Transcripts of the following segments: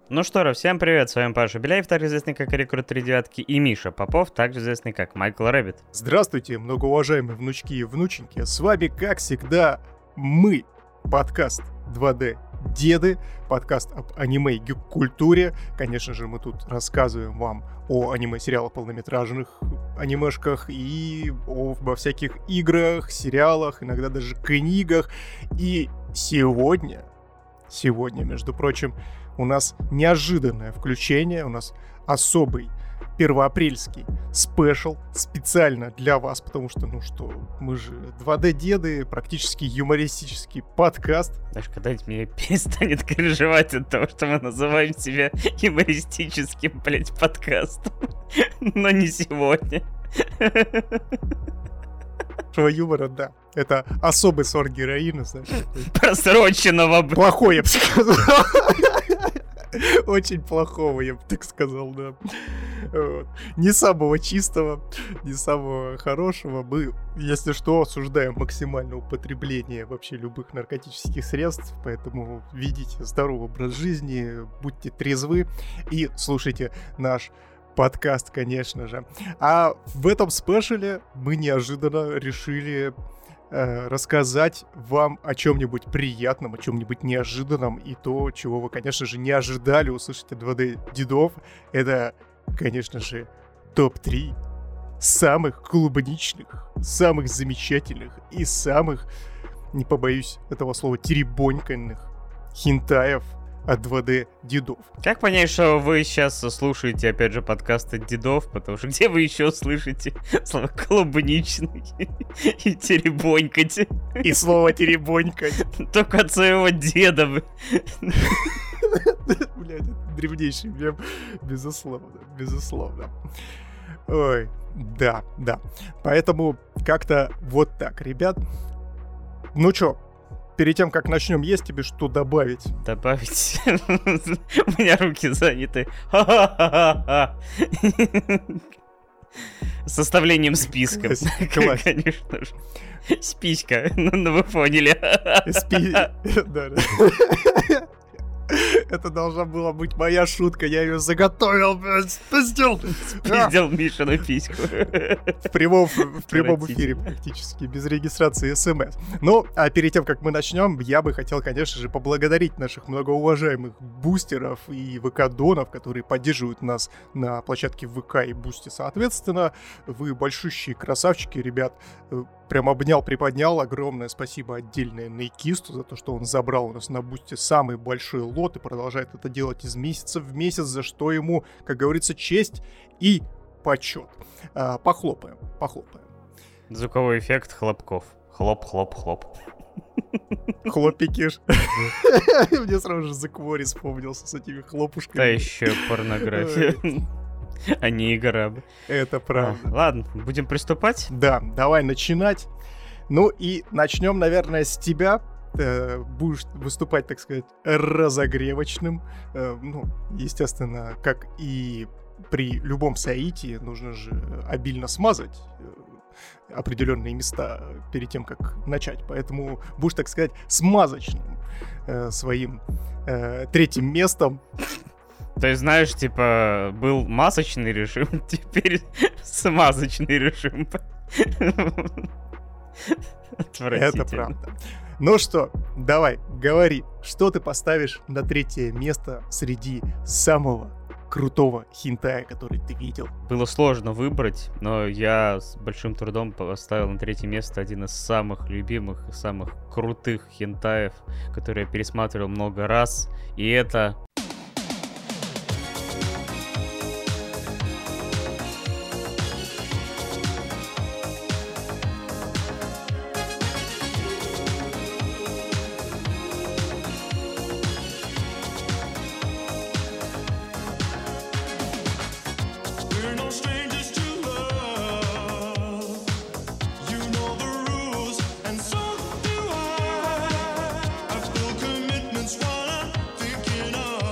Ну что ж, всем привет, с вами Паша Беляев, также известный как Рекрут 3 девятки, и Миша Попов, также известный как Майкл Рэббит. Здравствуйте, многоуважаемые внучки и внученьки, с вами, как всегда, мы, подкаст 2D Деды, подкаст об аниме и гик-культуре. Конечно же, мы тут рассказываем вам о аниме-сериалах, полнометражных анимешках и обо всяких играх, сериалах, иногда даже книгах. И сегодня, между прочим, у нас неожиданное включение, у нас особый первоапрельский спешл специально для вас, потому что, мы же 2D-деды, практически юмористический подкаст. Знаешь, когда-нибудь меня перестанет кринжевать от того, что мы называем себя юмористическим, подкастом. Но не сегодня. Юмора, да. Это особый сорт героина, знаешь. Просроченного. Плохой, я бы сказал. Очень плохого, я бы так сказал, да. Вот. Не самого чистого, не самого хорошего. Мы, если что, осуждаем максимальное употребление вообще любых наркотических средств, поэтому ведите здоровый образ жизни, будьте трезвы и слушайте наш подкаст, конечно же. А в этом спешале мы неожиданно решили рассказать вам о чем-нибудь приятном, о чем-нибудь неожиданном, и то, чего вы, конечно же, не ожидали услышать от 2D-дедов, это, конечно же, топ-3 самых клубничных, самых замечательных и самых, не побоюсь этого слова, теребоньканных хентаев от 2D-дедов. Как понять, что вы сейчас слушаете, опять же, подкаст от дедов, потому что где вы еще слышите слово клубничный и теребонькать? И слово теребонькать. Только от своего деда. Блядь, это древнейший мем, безусловно. Ой, да. Поэтому как-то вот так, ребят. Ну чё, перед тем, как начнем, есть тебе что добавить? Добавить? У меня руки заняты. Составлением списка. Конечно же. Списька. Ну вы поняли. Это должна была быть моя шутка, я ее заготовил, спиздил Мишину письку. В прямом эфире практически, без регистрации СМС. Ну, а перед тем, как мы начнем, я бы хотел, конечно же, поблагодарить наших многоуважаемых бустеров и ВК-донов, которые поддерживают нас на площадке ВК и Бусти соответственно. Вы большущие красавчики, ребят. Прям обнял, приподнял. Огромное спасибо отдельное Нейкисту за то, что он забрал у нас на Бусти самый большой лот и продолжает это делать из месяца в месяц, за что ему, как говорится, честь и почет. Похлопаем. Звуковой эффект хлопков. Хлоп-хлоп-хлоп. Хлопики. Мне сразу же The Quarry вспомнился с этими хлопушками. Да еще порнография. А не игра. Это правда. Ладно, будем приступать? Да, давай начинать. Ну и начнем, наверное, с тебя. Будешь выступать, так сказать, разогревочным. Естественно, как и при любом соитии, нужно же обильно смазать определенные места перед тем, как начать. Поэтому будешь, так сказать, смазочным своим третьим местом. То есть, знаешь, типа, был масочный режим, теперь смазочный режим. Это правда. Ну что, давай, говори, что ты поставишь на третье место среди самого крутого хентая, который ты видел? Было сложно выбрать, но я с большим трудом поставил на третье место один из самых любимых и самых крутых хентаев, который я пересматривал много раз, и это... Commitments while I'm thinking of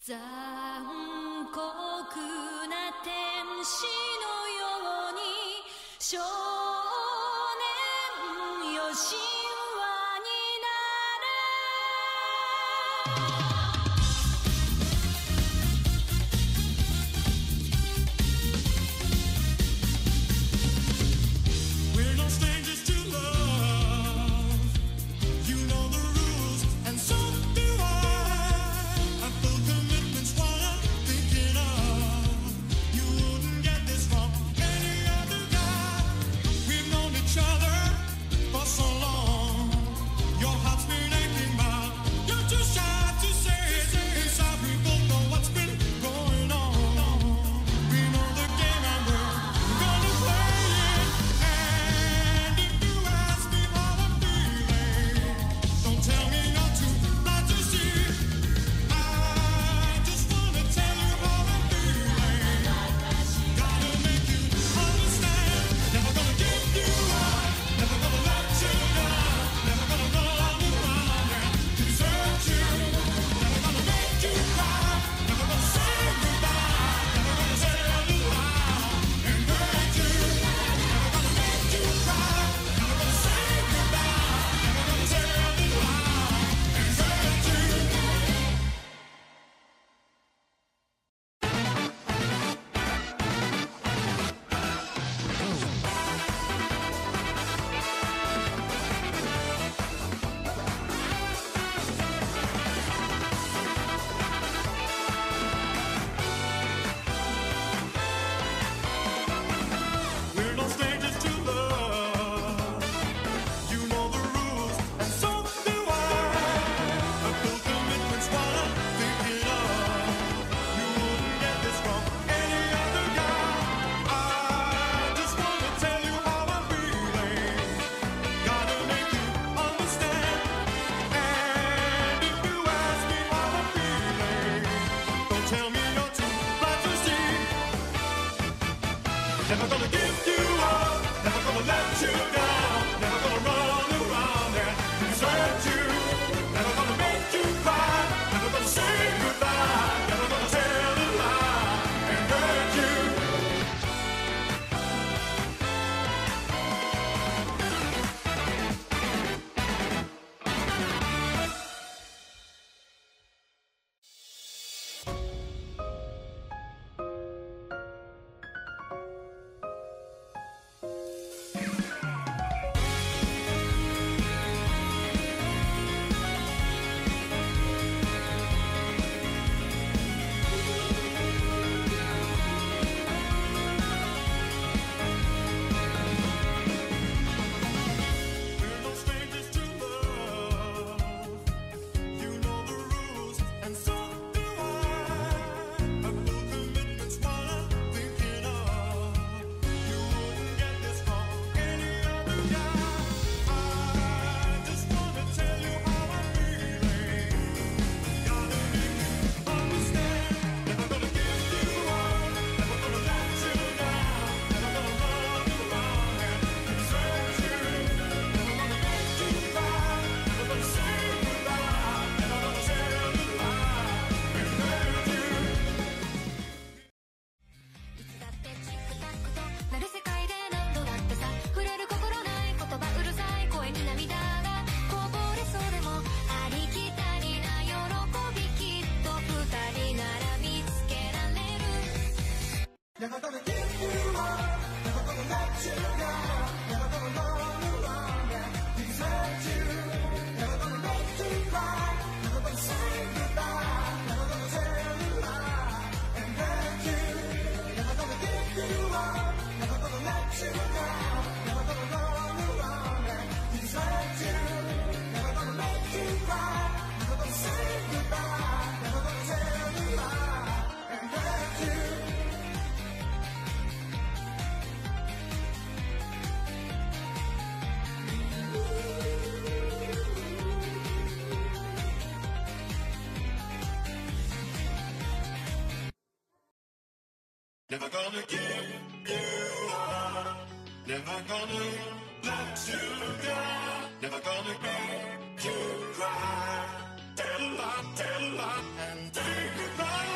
残酷な天使のように少年よ神話になれ Never gonna give you up, never gonna let you down, never gonna run around and desert you, never gonna make you cry, never gonna say goodbye, never gonna tell a lie and hurt you. Never gonna give you up, never gonna let you down, never gonna run around and desert you, never gonna make you cry, never gonna say goodbye, never gonna tell a lie and hurt you. Never gonna give you up, never gonna let you down, never gonna run around and desert you, never gonna make you cry, never gonna say goodbye, never gonna tell a lie and hurt you. Never gonna give you up, never gonna let you down, never gonna make you cry. Tell a lie, and say goodbye.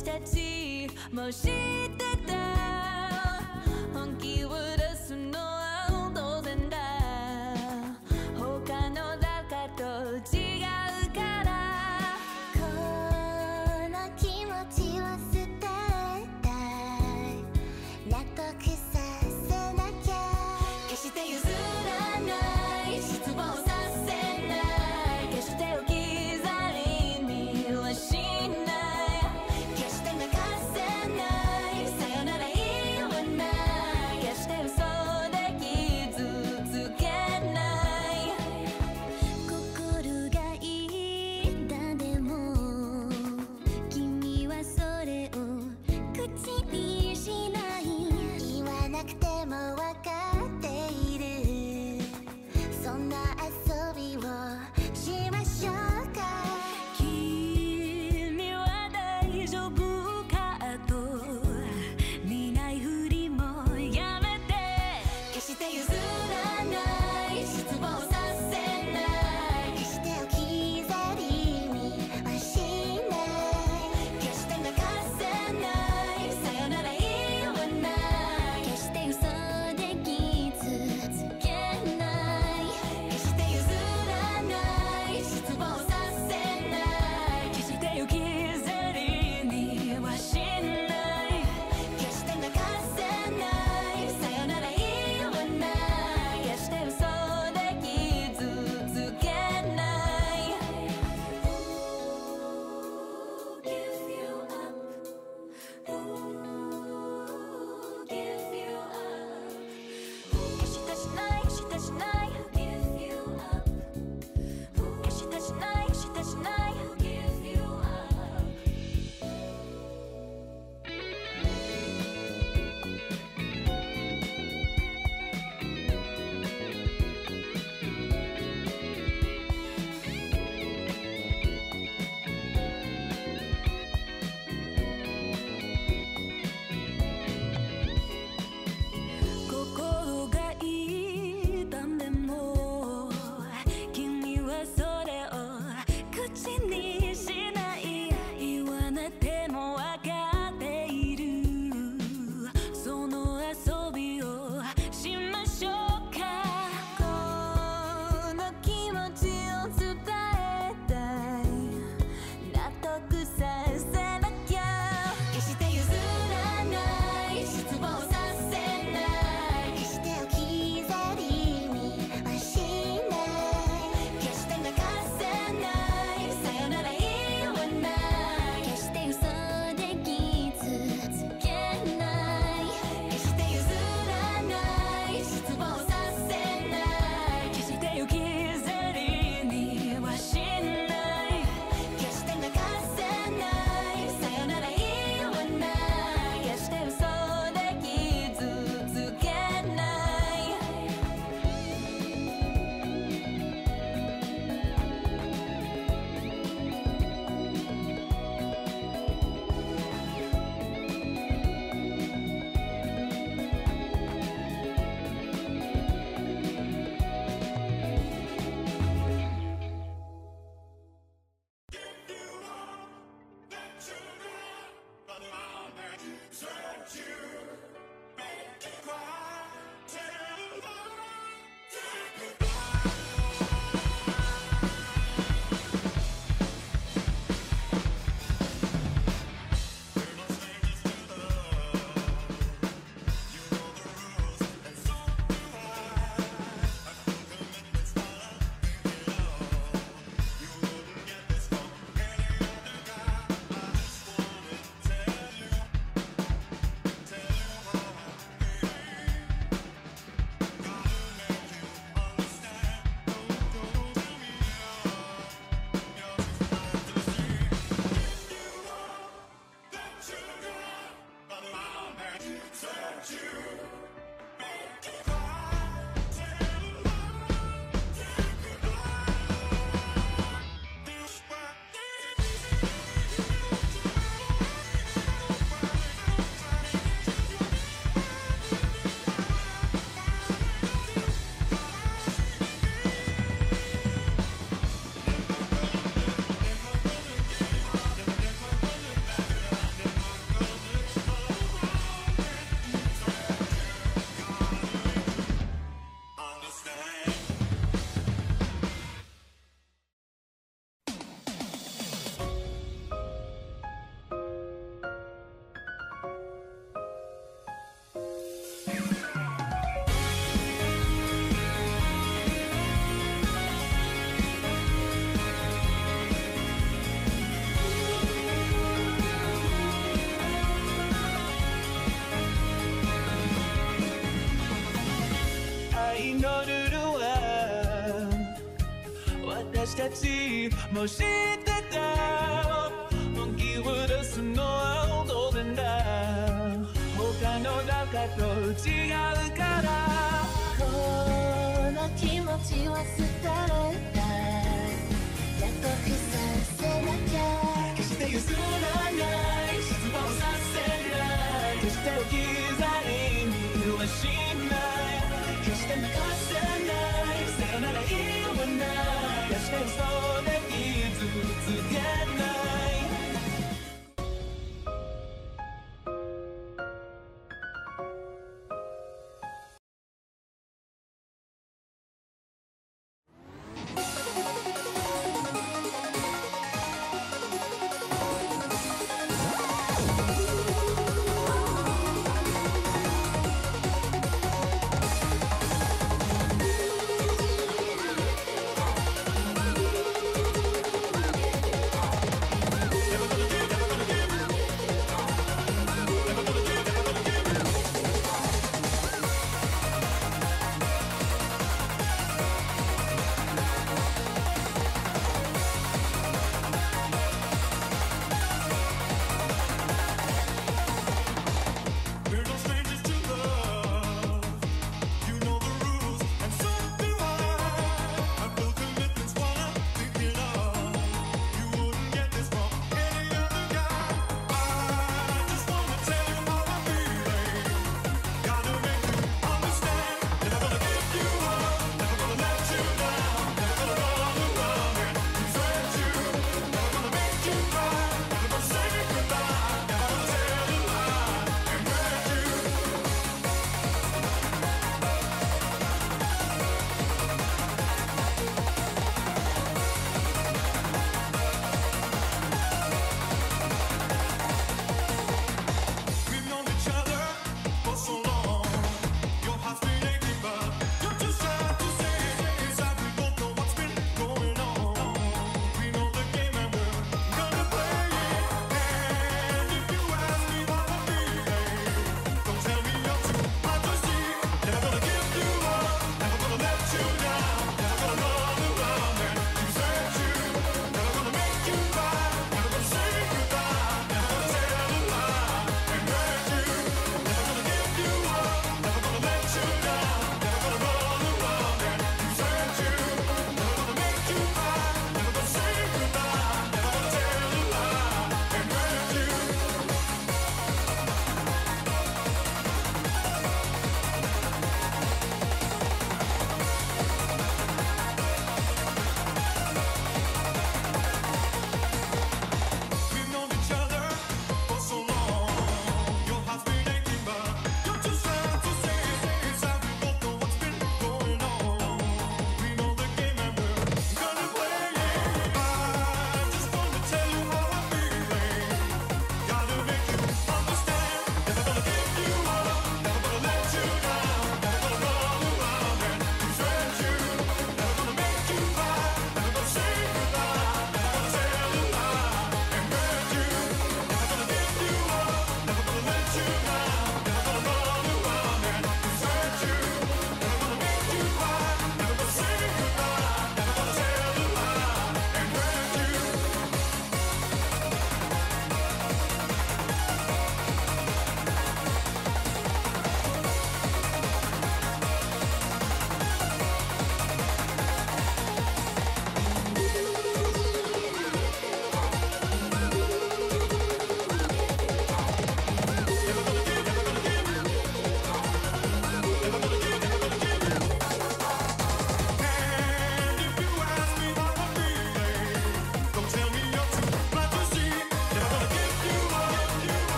私たちも知ってた本気を出すのは当然だ他の誰かと違うからこの気持ちを捨てたい納得させなきゃ決して譲らない失望させない決して置き去りにはしない決して泣かせない愛のルールは私たちも知ってた本気を出すのは当然だ他の誰かと違うからこの気持ちを捨てられた約束させなきゃ決して譲らない失望させない決して置き去りにはしない決して流せないさよなら言わない決して嘘